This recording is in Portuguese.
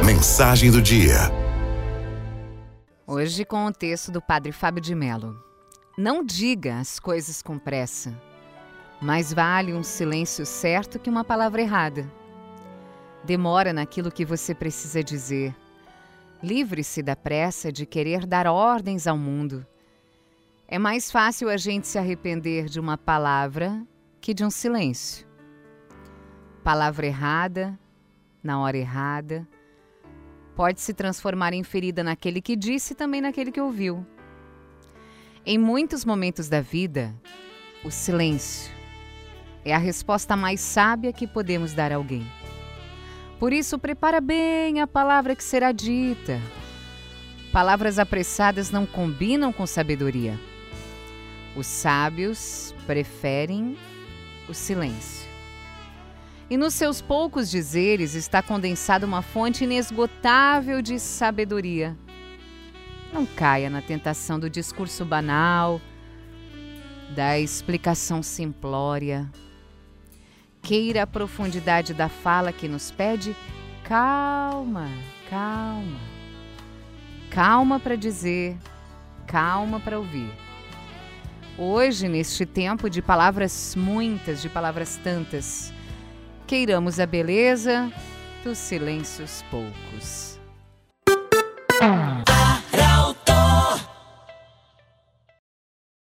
Mensagem do dia. Hoje com o texto do Padre Fábio de Mello. Não diga as coisas com pressa. Mais vale um silêncio certo que uma palavra errada. Demora naquilo que você precisa dizer. Livre-se da pressa de querer dar ordens ao mundo. É mais fácil a gente se arrepender de uma palavra que de um silêncio. Palavra errada, na hora errada, pode se transformar em ferida naquele que disse e também naquele que ouviu. Em muitos momentos da vida, o silêncio é a resposta mais sábia que podemos dar a alguém. Por isso, prepara bem a palavra que será dita. Palavras apressadas não combinam com sabedoria. Os sábios preferem o silêncio. E nos seus poucos dizeres está condensada uma fonte inesgotável de sabedoria. Não caia na tentação do discurso banal, da explicação simplória. Queira a profundidade da fala que nos pede calma, calma. Calma para dizer, calma para ouvir. Hoje, neste tempo de palavras muitas, de palavras tantas, queiramos a beleza dos silêncios poucos.